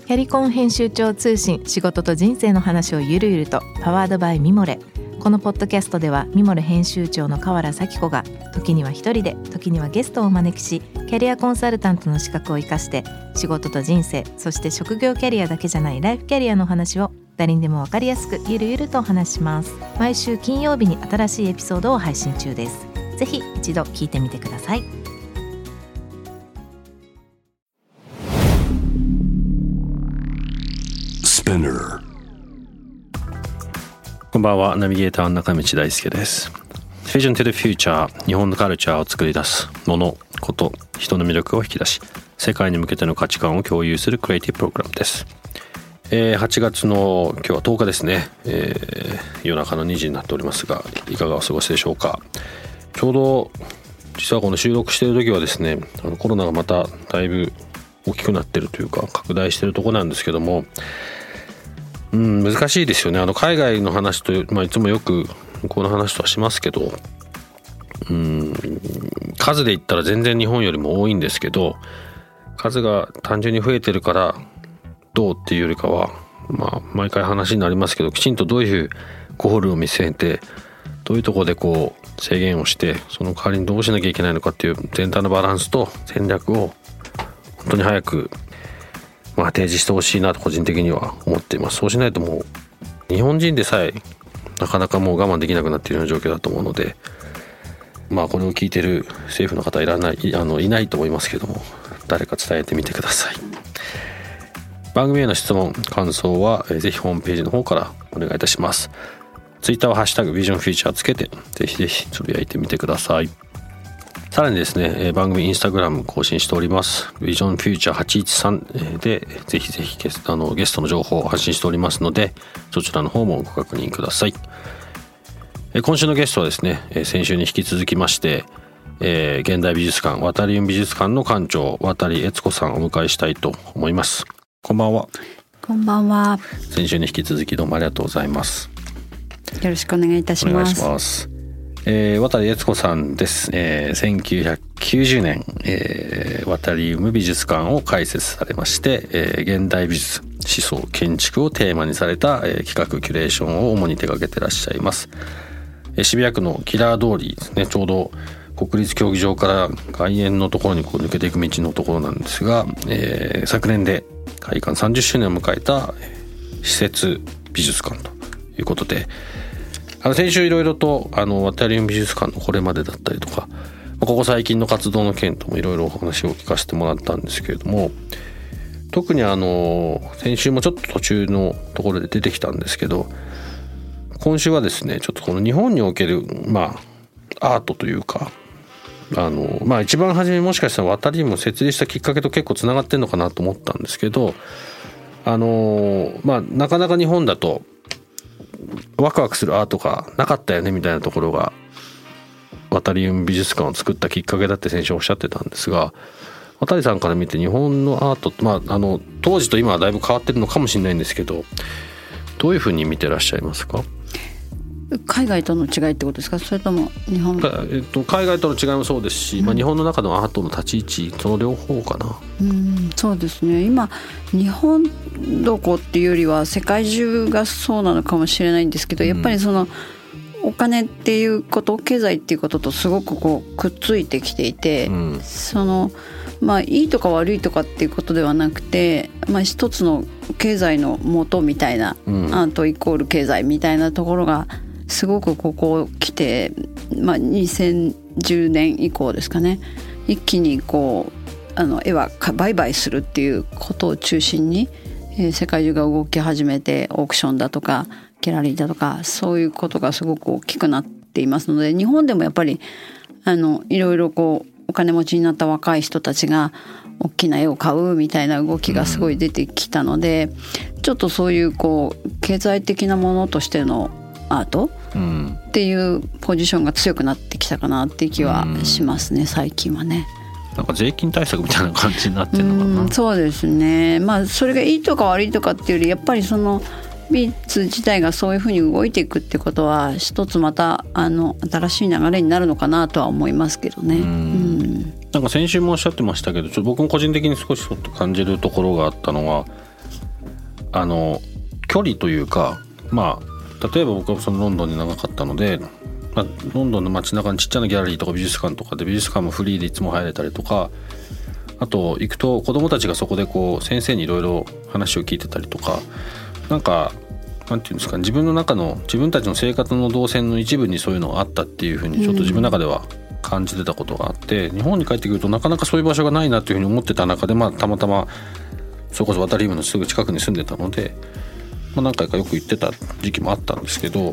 キャリコン編集長通信、仕事と人生の話をゆるゆると、パワードバイミモレ。このポッドキャストではミモレ編集長の河原咲子が時には一人で、時にはゲストをお招きし、キャリアコンサルタントの資格を生かして仕事と人生、そして職業キャリアだけじゃないライフキャリアの話を誰にでも分かりやすくゆるゆるとお話します。毎週金曜日に新しいエピソードを配信中です。ぜひ一度聞いてみてください。 こんばんは、ナビゲーター中道大輔です。Vision to the Future、 日本のカルチャーを作り出すもの、こと、人の魅力を引き出し、世界に向けての価値観を共有するクリエイティブプログラムです。8月の今日は10日ですね、夜中の2時になっておりますが、いかがお過ごしでしょうか。ちょうど実はこの収録している時はですね、コロナがまただいぶ大きくなっているというか拡大しているところなんですけども、難しいですよね。海外の話と、いつもよくこの話とはしますけど、数で言ったら全然日本よりも多いんですけど、数が単純に増えてるからどうっていうよりかは、毎回話になりますけど、きちんとどういうゴールを見据えて、どういうところでこう制限をして、その代わりにどうしなきゃいけないのかっていう全体のバランスと戦略を本当に早く提示してほしいなと個人的には思っています。そうしないともう日本人でさえなかなかもう我慢できなくなっているような状況だと思うので、これを聞いている政府の方いないと思いますけども、誰か伝えてみてください。番組への質問感想はぜひホームページの方からお願いいたします。ツイッターはハッシュタグビジョンフューチャーつけてぜひぜひつぶやいてみてください。さらにですね、番組インスタグラム更新しております。ビジョンフューチャー813でぜひぜひゲストの情報を発信しておりますので、そちらの方もご確認ください。今週のゲストはですね、先週に引き続きまして、現代美術館ワタリウム美術館の館長渡悦子さんをお迎えしたいと思います。こんばんは。 こんばんは。 先週に引き続きどうもありがとうございます。 よろしくお願いいたします。 お願いします。渡悦子さんです。1990年、ワタリウム美術館を開設されまして、現代美術思想建築をテーマにされた、企画キュレーションを主に手掛けてらっしゃいます。渋谷区のキラー通りですね、ちょうど国立競技場から外苑のところにこう抜けていく道のところなんですが、昨年で開館30周年を迎えた施設美術館ということで、先週いろいろとワタリウム美術館のこれまでだったりとか、ここ最近の活動の件ともいろいろお話を聞かせてもらったんですけれども、特に先週もちょっと途中のところで出てきたんですけど、今週はですね、ちょっとこの日本におけるアートというか、一番初めもしかしたらワタリウムを設立したきっかけと結構つながってるのかなと思ったんですけど、なかなか日本だとワクワクするアートがなかったよねみたいなところがワタリウム美術館を作ったきっかけだって先週おっしゃってたんですが、渡さんから見て日本のアート、当時と今はだいぶ変わってるのかもしれないんですけど、どういうふうに見てらっしゃいますか？ 海外との違いってことですか？それとも日本、 海外との違いもそうですし、日本の中のアートの立ち位置、その両方かな。 そうですね。今日本どこっていうよりは世界中がそうなのかもしれないんですけど、やっぱりそのお金っていうこと、経済っていうこととすごくこうくっついてきていて、いいとか悪いとかっていうことではなくて、一つの経済の元みたいな、アートイコール経済みたいなところがすごくここ来て、2010年以降ですかね、一気にこう絵は売買するっていうことを中心に、世界中が動き始めて、オークションだとかギャラリーだとかそういうことがすごく大きくなっていますので、日本でもやっぱりいろいろこうお金持ちになった若い人たちが大きな絵を買うみたいな動きがすごい出てきたので、ちょっとそういうこう経済的なものとしてのアートっていうポジションが強くなってきたかなっていう気はしますね、最近はね。 なんか税金対策みたいな感じになってるのかな。 そうですね。それがいいとか悪いとかっていうより、やっぱりその美術自体がそういうふうに動いていくってことは、一つまた新しい流れになるのかなとは思いますけどね。なんか先週もおっしゃってましたけど、僕も個人的に少しちょっと感じるところがあったのは、 距離というか、例えば僕はそのロンドンに長かったので、ロンドンの街中にちっちゃなギャラリーとか美術館とかで美術館もフリーでいつも入れたりとか、あと行くと子どもたちがそこでこう先生にいろいろ話を聞いてたりとか、なんていうんですか、自分たちの生活の動線の一部にそういうのがあったっていうふうにちょっと自分の中では感じてたことがあって、日本に帰ってくるとなかなかそういう場所がないなというふうに思ってた中で、たまたまそれこそ渡り海のすぐ近くに住んでたので、何回かよく行ってた時期もあったんですけど、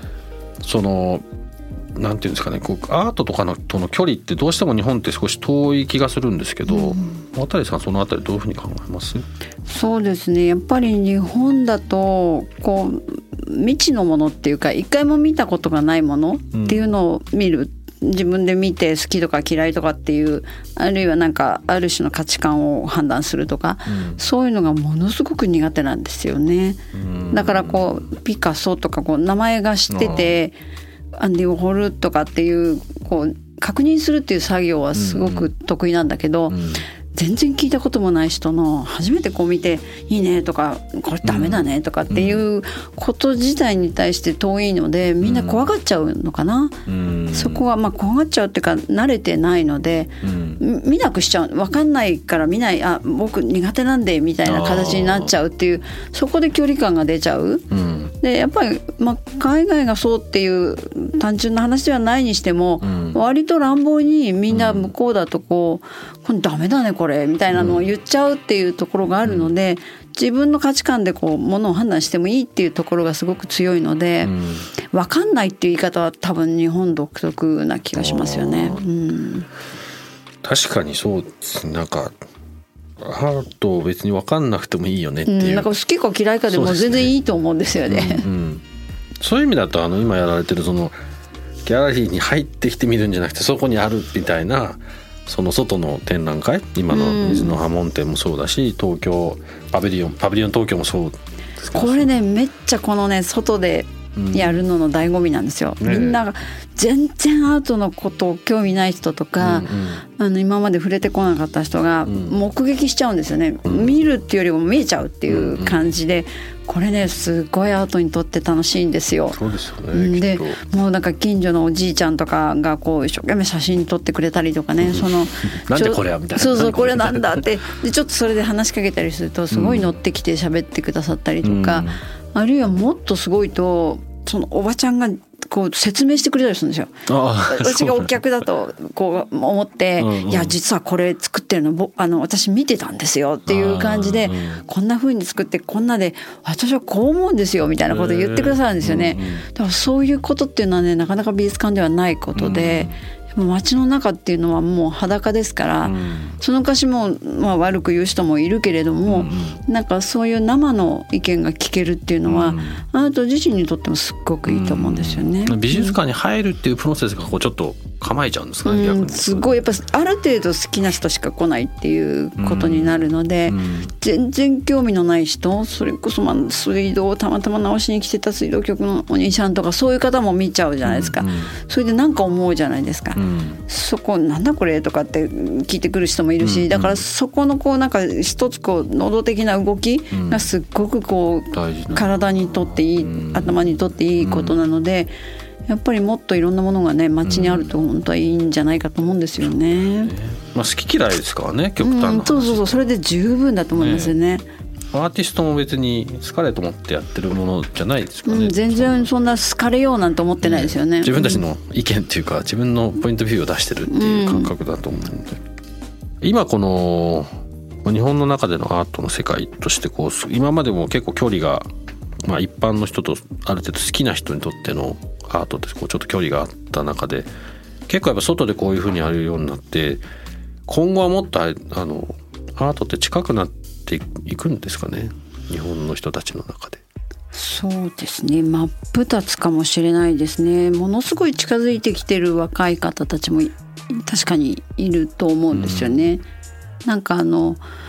なんていうんですかね、こうアートとかとの距離ってどうしても日本って少し遠い気がするんですけど、渡さんそのあたりどういうふうに考えます？ そうですね、やっぱり日本だとこう未知のものっていうか、一回も見たことがないものっていうのを見る、自分で見て好きとか嫌いとかっていう、あるいはなんかある種の価値観を判断するとか、そういうのがものすごく苦手なんですよね。だからこうピカソとかこう名前が知ってて、アンディ・ウォーホルとかっていうこう確認するっていう作業はすごく得意なんだけど、全然聞いたこともない人の初めてこう見ていいねとかこれダメだねとかっていうこと自体に対して遠いので、みんな怖がっちゃうのかな。そこは怖がっちゃうっていうか慣れてないので、見なくしちゃう、分かんないから見ない、僕苦手なんでみたいな形になっちゃうっていう、そこで距離感が出ちゃう。でやっぱり、海外がそうっていう単純な話ではないにしても、割と乱暴にみんな向こうだとこれダメだねこれみたいなのを言っちゃうっていうところがあるので、自分の価値観でこうものを判断してもいいっていうところがすごく強いので、分かんないっていう言い方は多分日本独特な気がしますよね。 確かにそうですね。なんかアート別に分かんなくてもいいよねっていう、 なんか好きか嫌いかでも全然いいと思うんですよね。 そういう意味だと今やられてるそのギャラリーに入ってきてみるんじゃなくて、そこにあるみたいな、その外の展覧会、今の水の波紋展もそうだし、東京パビリオン東京もそうですけど、 これねめっちゃこのね外でやるのの醍醐味なんですよ。みんなが全然アートのことを興味ない人とか、今まで触れてこなかった人が目撃しちゃうんですよね。見るっていうよりも見えちゃうっていう感じで、これねすごいアートにとって楽しいんですよ。 そうですよね。 でもうなんか近所のおじいちゃんとかがこう一生懸命写真撮ってくれたりとかね、 なんでこれはみたいな、 そうこれなんだってでちょっとそれで話しかけたりするとすごい乗ってきて喋ってくださったりとか、あるいはもっとすごいとそのおばちゃんがこう説明してくれたりするんですよ。私がお客だとこう思って、いや実はこれ作ってるの私見てたんですよっていう感じで、こんな風に作ってこんなで私はこう思うんですよみたいなことを言ってくださるんですよね。だからそういうことっていうのはねなかなか美術館ではないことで、街の中っていうのはもう裸ですから、その歌詞も悪く言う人もいるけれども、なんかそういう生の意見が聞けるっていうのは、アート自身にとってもすっごくいいと思うんですよね。 美術館に入るっていうプロセスがこうちょっと構えちゃうんですかね、逆に。 すごいやっぱある程度好きな人しか来ないっていうことになるので、全然興味のない人、それこそ水道をたまたま直しに来てた水道局のお兄さんとかそういう方も見ちゃうじゃないですか。それで何か思うじゃないですか。そこなんだこれとかって聞いてくる人もいるし、だからそこのこうなんか一つこう能動的な動きがすっごくこう体にとっていい、頭にとっていいことなので、やっぱりもっといろんなものがね街にあると本当はいいんじゃないかと思うんですよね。 好き嫌いですからね、極端な話。 そうそれで十分だと思いますよね。 アーティストも別に好かれと思ってやってるものじゃないですかね。 全然そんな好かれようなんて思ってないですよね。 自分たちの意見っていうか自分のポイントビューを出してるっていう感覚だと思うので、今この日本の中でのアートの世界としてこう今までも結構距離が、一般の人とある程度好きな人にとってのアートってこうちょっと距離があった中で、結構やっぱ外でこういう風にやるようになって、今後はもっとアートって近くなっていくんですかね、日本の人たちの中で。 そうですね、真っ二つかもしれないですね。ものすごい近づいてきてる若い方たちも確かにいると思うんですよね。なんか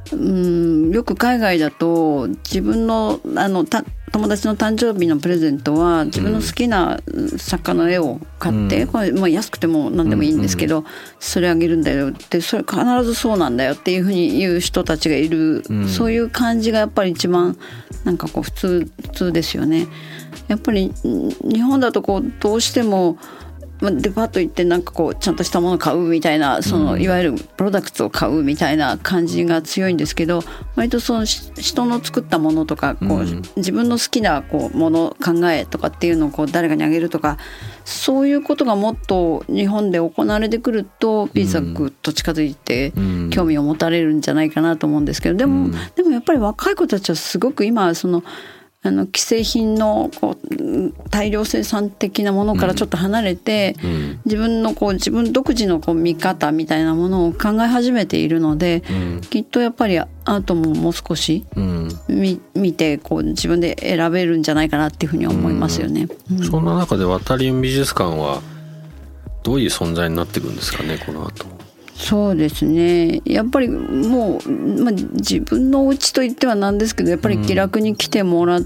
よく海外だと自分の友達の誕生日のプレゼントは自分の好きな作家の絵を買って、これ安くても何でもいいんですけど、それあげるんだよって、それ必ずそうなんだよっていうふうに言う人たちがいる、そういう感じがやっぱり一番なんかこう普通ですよね。やっぱり日本だとこうどうしてもデパート行ってなんかこうちゃんとしたものを買うみたいな、そのいわゆるプロダクツを買うみたいな感じが強いんですけど、割とその人の作ったものとかこう自分の好きなこうもの考えとかっていうのをこう誰かにあげるとか、そういうことがもっと日本で行われてくると美作と近づいて興味を持たれるんじゃないかなと思うんですけど、でもやっぱり若い子たちはすごく今その既製品のこう大量生産的なものからちょっと離れて、自分独自のこう見方みたいなものを考え始めているので、きっとやっぱりアートももう少し見てこう自分で選べるんじゃないかなっていうふうに思いますよね。 そんな中でワタリウム美術館はどういう存在になっていくんですかね、この後。 そうですね、やっぱりもう、自分のお家といってはなんですけど、やっぱり気楽に来てもらって、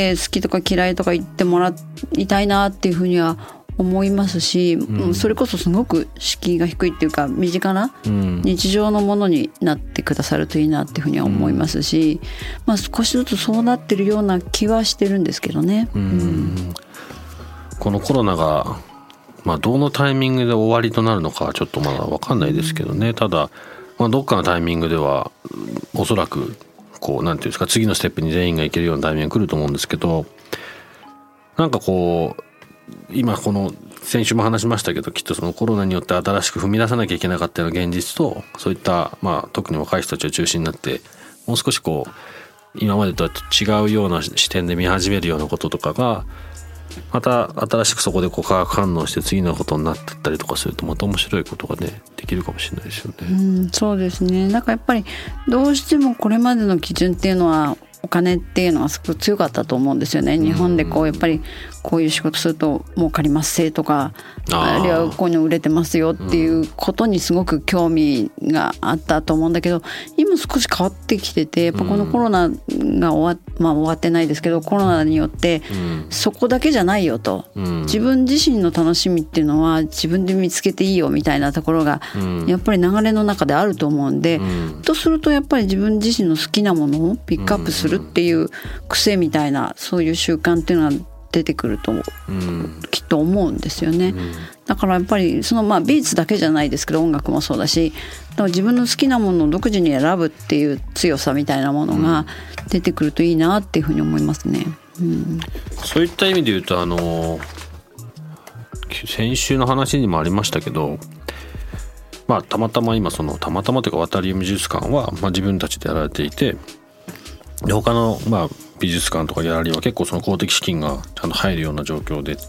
好きとか嫌いとか言ってもらいたいなっていうふうには思いますし、それこそすごく敷居が低いっていうか身近な日常のものになってくださるといいなっていうふうには思いますし、少しずつそうなってるような気はしてるんですけどね。 このコロナがどのタイミングで終わりとなるのかちょっとまだ分かんないですけどね。ただ、どっかのタイミングではおそらくこうなんていうんですか、次のステップに全員が行けるようなタイミングが来ると思うんですけど、なんかこう今この先週も話しましたけど、きっとそのコロナによって新しく踏み出さなきゃいけなかったような現実と、そういった特に若い人たちを中心になってもう少しこう今までとは違うような視点で見始めるようなこととかがまた新しくそこでこう化学反応して次のことになってったりとかすると、また面白いことがねできるかもしれないですよね。 そうですね。なんかやっぱりどうしてもこれまでの基準っていうのはお金っていうのはすごく強かったと思うんですよね。日本でこうやっぱりこういう仕事すると儲かりますせとか、あるいはこういうの売れてますよっていうことにすごく興味があったと思うんだけど、今少し変わってきてて、やっぱこのコロナが終わってないですけど、コロナによってそこだけじゃないよと、自分自身の楽しみっていうのは自分で見つけていいよみたいなところがやっぱり流れの中であると思うんで、とするとやっぱり自分自身の好きなものをピックアップするっていう癖みたいな、そういう習慣っていうのは出てくるときっと思うんですよね。だからやっぱりその美術だけじゃないですけど、音楽もそうだし、だから自分の好きなものを独自に選ぶっていう強さみたいなものが出てくるといいなっていうふうに思いますね。 そういった意味で言うと先週の話にもありましたけど、たまたま今たまたまというかワタリウム美術館は自分たちでやられていて、で他の美術館とかギャラリーは結構その公的資金がちゃんと入るような状況で、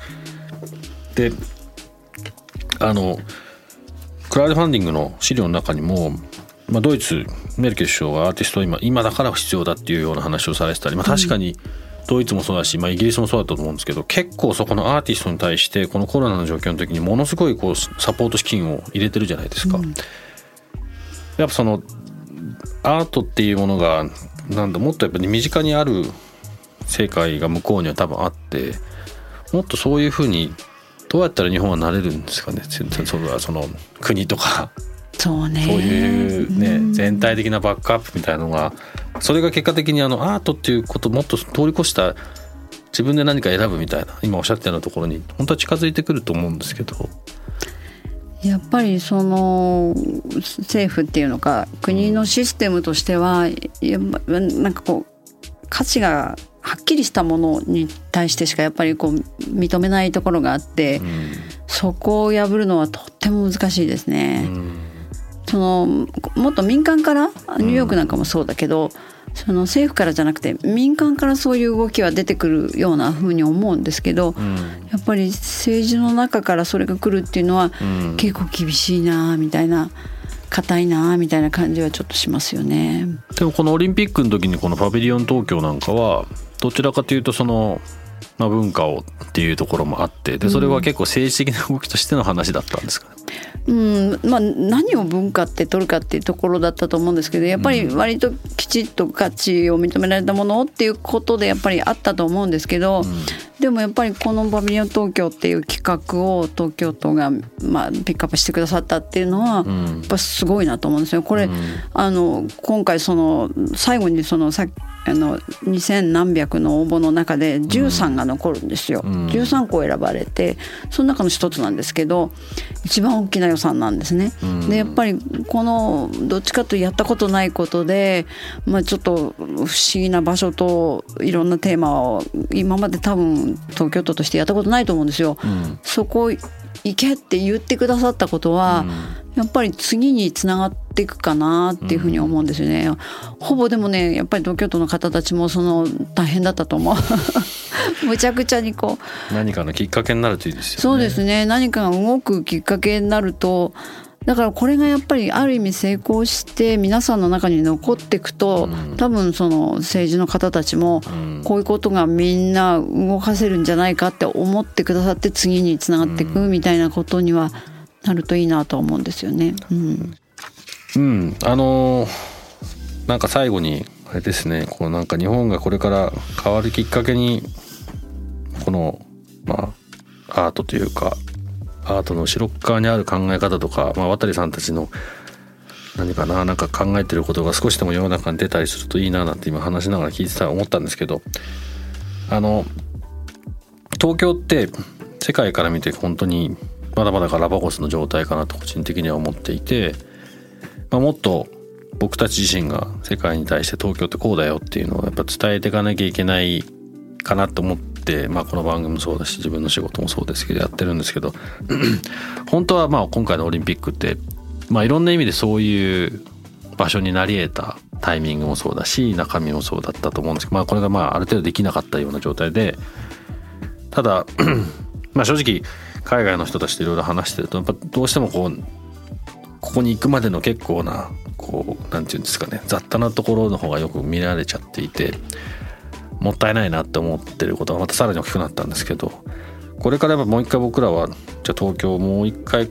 クラウドファンディングの資料の中にも、ドイツメルケル首相がアーティストを今だから必要だっていうような話をされてたり、確かにドイツもそうだし、イギリスもそうだったと思うんですけど、結構そこのアーティストに対してこのコロナの状況の時にものすごいこうサポート資金を入れてるじゃないですか。やっぱそのアートっていうものがもっとやっぱり身近にある世界が向こうには多分あって、もっとそういうふうにどうやったら日本はなれるんですかね。その国とかそういうね、全体的なバックアップみたいなのが、それが結果的にアートっていうことをもっと通り越した自分で何か選ぶみたいな、今おっしゃったようなところに本当は近づいてくると思うんですけど、 やっぱりその政府っていうのか国のシステムとしては、なんかこう価値がはっきりしたものに対してしかやっぱりこう認めないところがあって、そこを破るのはとっても難しいですね。もっと民間から、ニューヨークなんかもそうだけど、その政府からじゃなくて民間からそういう動きは出てくるようなふうに思うんですけど、やっぱり政治の中からそれが来るっていうのは結構厳しいなみたいな、硬いなみたいな感じはちょっとしますよね。 でもこのオリンピックの時にこのパビリオン東京なんかはどちらかというとその文化をっていうところもあって、でそれは結構政治的な動きとしての話だったんですかね。 何を文化って取るかっていうところだったと思うんですけど、やっぱり割ときちっと価値を認められたものっていうことでやっぱりあったと思うんですけど、でもやっぱりこのパビリオン東京っていう企画を東京都がピックアップしてくださったっていうのはやっぱすごいなと思うんですよ。これ今回最後にさっき2000何百の応募の中で13が残るんですよ。13個選ばれて、その中の一つなんですけど一番大きな予算なんですね。でやっぱりこのどっちかとやったことないことで、ちょっと不思議な場所といろんなテーマを今まで多分東京都としてやったことないと思うんですよ。そこ行けって言ってくださったことは、やっぱり次につながっていくかなっていうふうに思うんですよね。ほぼでもね、やっぱり東京都の方たちも大変だったと思うむちゃくちゃに何かのきっかけになるといいですよね。 そうですね、何かが動くきっかけになると、だからこれがやっぱりある意味成功して皆さんの中に残っていくと、多分政治の方たちもこういうことがみんな動かせるんじゃないかって思ってくださって、次につながっていくみたいなことにはなるといいなと思うんですよね。 なんか最後にあれですね、なんか日本がこれから変わるきっかけにこのアートというかアートの後ろ側にある考え方とか、渡さんたちのなんか考えてることが少しでも世の中に出たりするといいななんて今話しながら聞いてたら思ったんですけど、東京って世界から見て本当にまだまだガラパゴスの状態かなと個人的には思っていて、もっと僕たち自身が世界に対して東京ってこうだよっていうのをやっぱ伝えていかなきゃいけないかなと思って、この番組もそうだし自分の仕事もそうですけどやってるんですけど本当は今回のオリンピックっていろんな意味でそういう場所になり得たタイミングもそうだし中身もそうだったと思うんですけど、これがある程度できなかったような状態で、ただ正直海外の人たちといろいろ話してるとやっぱどうしてもここに行くまでの結構ななんていうんですかね、雑多なところの方がよく見られちゃっていてもったいないなって思ってることがまたさらに大きくなったんですけど、これからやっぱもう一回僕らはじゃあ東京をもう一回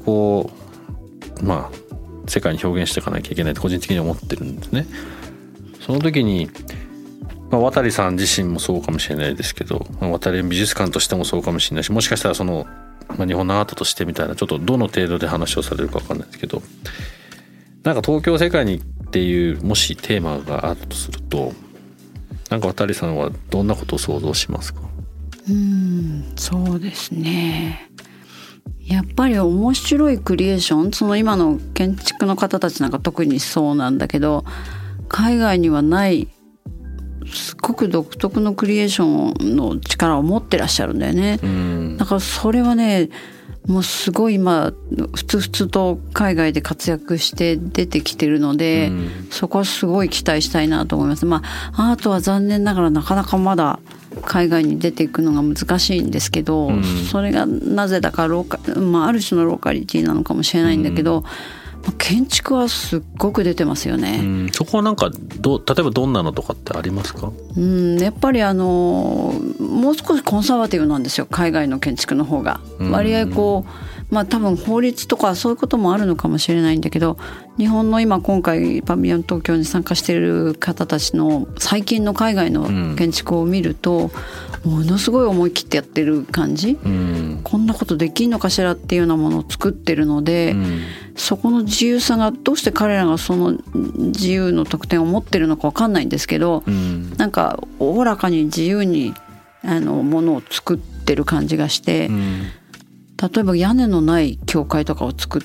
世界に表現していかなきゃいけないと個人的に思ってるんですね。その時に渡さん自身もそうかもしれないですけど、渡美術館としてもそうかもしれないし、もしかしたら日本のアートとしてみたいな、ちょっとどの程度で話をされるか分かんないですけど、なんか東京世界にっていうもしテーマがあるとすると、なんか渡さんはどんなことを想像しますか？ そうですね、やっぱり面白いクリエーション、今の建築の方たちなんか特にそうなんだけど、海外にはないすごく独特のクリエーションの力を持ってらっしゃるんだよね。だからそれはね、もうすごい今ふつふつと海外で活躍して出てきてるので、そこはすごい期待したいなと思います。アートは残念ながらなかなかまだ海外に出ていくのが難しいんですけど、それがなぜだかある種のローカリティなのかもしれないんだけど、建築はすっごく出てますよね。 そこはなんか例えばどんなのとかってありますか？やっぱりもう少しコンサバティブなんですよ、海外の建築の方が。割合多分法律とかそういうこともあるのかもしれないんだけど、日本の今回パビリオン東京に参加している方たちの最近の海外の建築を見ると、ものすごい思い切ってやってる感じ、こんなことできんのかしらっていうようなものを作ってるので、そこの自由さがどうして彼らがその自由の特典を持ってるのか分かんないんですけど、なんかおおらかに自由にものを作ってる感じがして、例えば屋根のない教会とかを作って、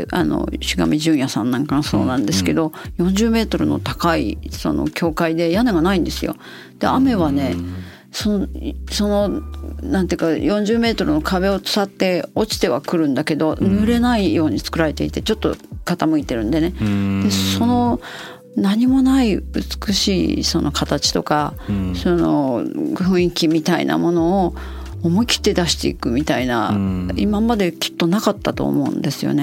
志上淳也さんなんかがそうなんですけど、40メートルの高いその教会で屋根がないんですよ。で雨はね、そのなんていうか40メートルの壁を伝って落ちてはくるんだけど、濡れないように作られていてちょっと傾いてるんでね。でその何もない美しいその形とか、その雰囲気みたいなものを思い切って出していくみたいな、今まできっとなかったと思うんですよね。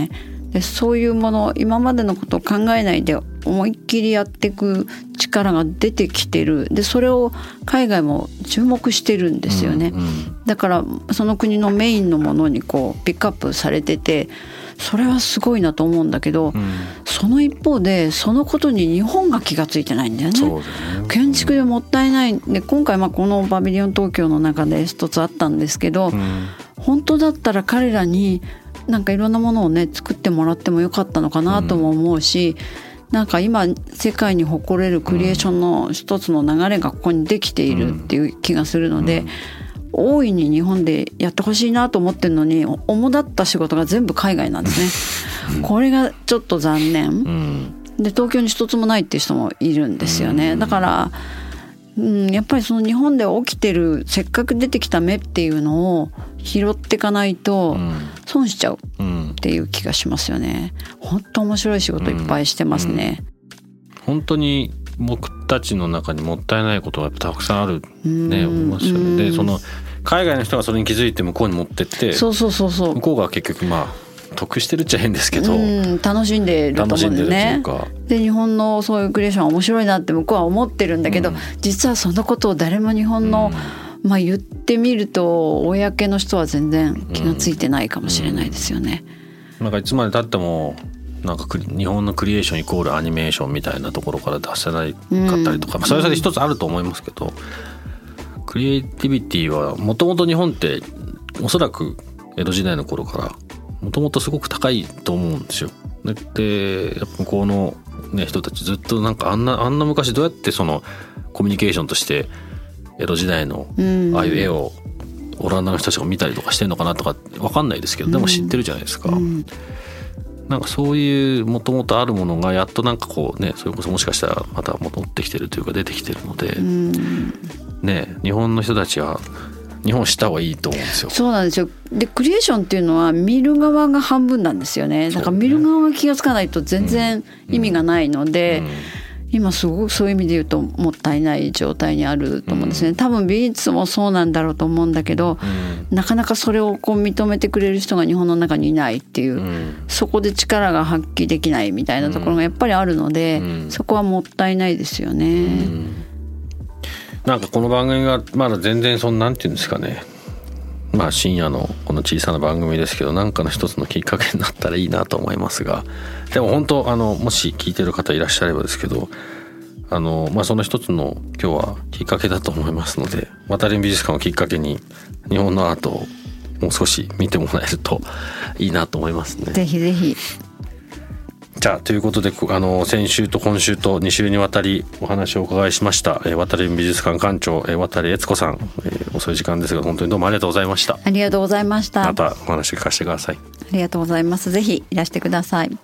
でそういうもの、今までのことを考えないで思いっきりやっていく力が出てきてる。でそれを海外も注目してるんですよね、だからその国のメインのものにこうピックアップされてて、それはすごいなと思うんだけど、その一方でそのことに日本が気がついてないんだよね。 そうですね。 建築でもったいないで、今回このパビリオン東京の中で一つあったんですけど、本当だったら彼らになんかいろんなものをね作ってもらってもよかったのかなとも思うし、なんか今世界に誇れるクリエーションの一つの流れがここにできているっていう気がするので、大いに日本でやってほしいなと思ってるのに、主だった仕事が全部海外なんですね。これがちょっと残念、で東京に一つもないっていう人もいるんですよね。だからやっぱりその日本で起きてるせっかく出てきた芽っていうのを拾っていかないと損しちゃうっていう気がしますよね。本当面白い仕事いっぱいしてますね、 本当に僕たちの中にもったいないことがたくさんあるね、思いますよね。でその海外の人がそれに気づいて向こうに持ってって、 そう向こうが結局得してるっちゃ変ですけど、 楽しんでると思うんでね。で日本のそういうクリエーションは面白いなって向こうは思ってるんだけど、実はそのことを誰も日本の、言ってみると公の人は全然気がついてないかもしれないですよね。 なんかいつまで経ってもなんか日本のクリエーションイコールアニメーションみたいなところから出せないかったりとか、それで一つあると思いますけど、クリエイティビティはもともと日本っておそらく江戸時代の頃からもともとすごく高いと思うんですよ。でやっぱ向こうの、人たちずっとなんかあんな昔どうやってそのコミュニケーションとして江戸時代のああいう絵をオランダの人たちが見たりとかしてんのかなとか分かんないですけど、でも知ってるじゃないですか。なんかそういうもともとあるものがやっとなんかこうね、それこそもしかしたらまた戻ってきてるというか出てきてるので、日本の人たちは日本を知った方がいいと思うんですよ。 そうなんですよ。でクリエーションっていうのは見る側が半分なんですよね。だから見る側が気がつかないと全然意味がないので、今すごくそういう意味で言うともったいない状態にあると思うんですね。多分美術もそうなんだろうと思うんだけど、なかなかそれをこう認めてくれる人が日本の中にいないっていう、そこで力が発揮できないみたいなところがやっぱりあるので、そこはもったいないですよね。 なんかこの番組がまだ全然なんていうんですかね、深夜のこの小さな番組ですけど、なんかの一つのきっかけになったらいいなと思いますが、でも本当もし聞いてる方いらっしゃればですけど、その一つの今日はきっかけだと思いますので、渡り美術館をきっかけに日本のアートをもう少し見てもらえるといいなと思いますね。 ぜひぜひ。 じゃあということで先週と今週と2週にわたりお話をお伺いしました、渡り美術館館長渡悦子さん、遅い時間ですが本当にどうもありがとうございました。 ありがとうございました。 またお話聞かせてください。 ありがとうございます。ぜひいらしてください。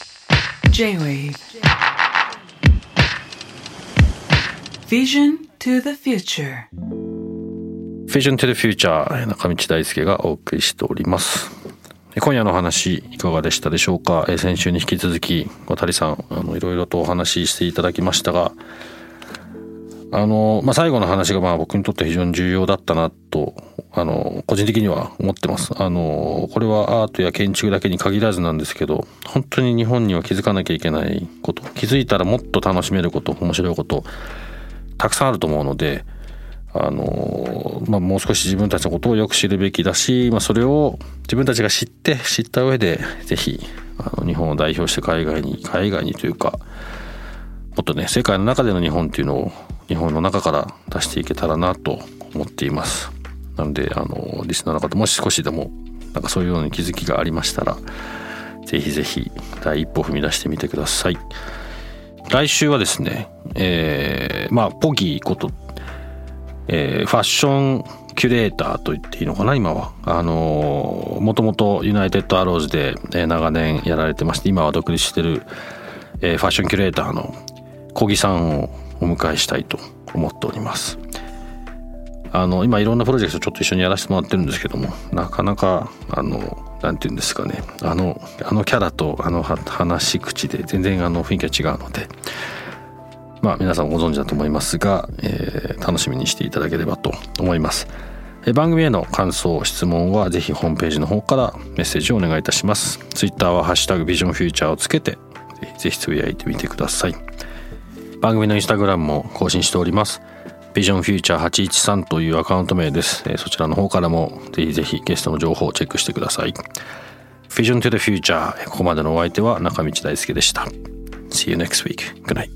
J-Wave Vision to the Future Vision to the Future 中道大輔がお送りしております。今夜の話いかがでしたでしょうか。先週に引き続き渡さんいろいろとお話ししていただきましたが、最後の話が僕にとって非常に重要だったなと個人的には思ってます。これはアートや建築だけに限らずなんですけど、本当に日本には気づかなきゃいけないこと、気づいたらもっと楽しめること、面白いことたくさんあると思うので、もう少し自分たちのことをよく知るべきだし、それを自分たちが知った上でぜひ日本を代表して海外にというか、もっとね世界の中での日本っていうのを日本の中から出していけたらなと思っています。なのでリスナーの方もし少しでもなんかそういうような気づきがありましたら、ぜひぜひ第一歩踏み出してみてください。来週はですね、ポギーことファッションキュレーターと言っていいのかな、今はもともとユナイテッドアローズで長年やられてまして、今は独立してるファッションキュレーターの小木さんをお迎えしたいと思っております。今いろんなプロジェクトちょっと一緒にやらせてもらってるんですけども、なかなかなんていうんですかね、キャラと話し口で全然雰囲気が違うので、皆さんご存知だと思いますが、楽しみにしていただければと思います。 番組への感想質問はぜひホームページの方からメッセージをお願いいたします。ツイッターはハッシュタグビジョンフューチャーをつけてぜひつぶやいてみてください。番組のインスタグラムも更新しております。ビジョンフューチャー813というアカウント名です。そちらの方からもぜひぜひゲストの情報をチェックしてください。Vision to the Future、 ここまでのお相手は中道大輔でした。 See you next week. Good night.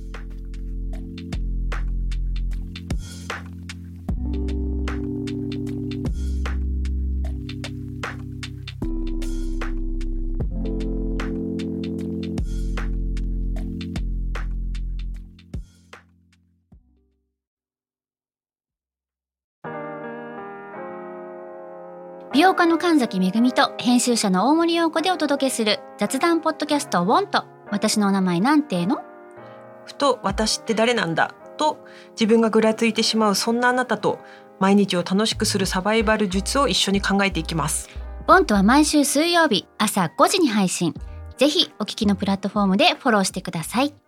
美容家の神崎めぐみと編集者の大森洋子でお届けする雑談ポッドキャストウォント。私のお名前なんての？ ふと私って誰なんだと自分がぐらついてしまうそんなあなたと毎日を楽しくするサバイバル術を一緒に考えていきます。 ウォントは毎週水曜日朝5時に配信。ぜひお聞きのプラットフォームでフォローしてください。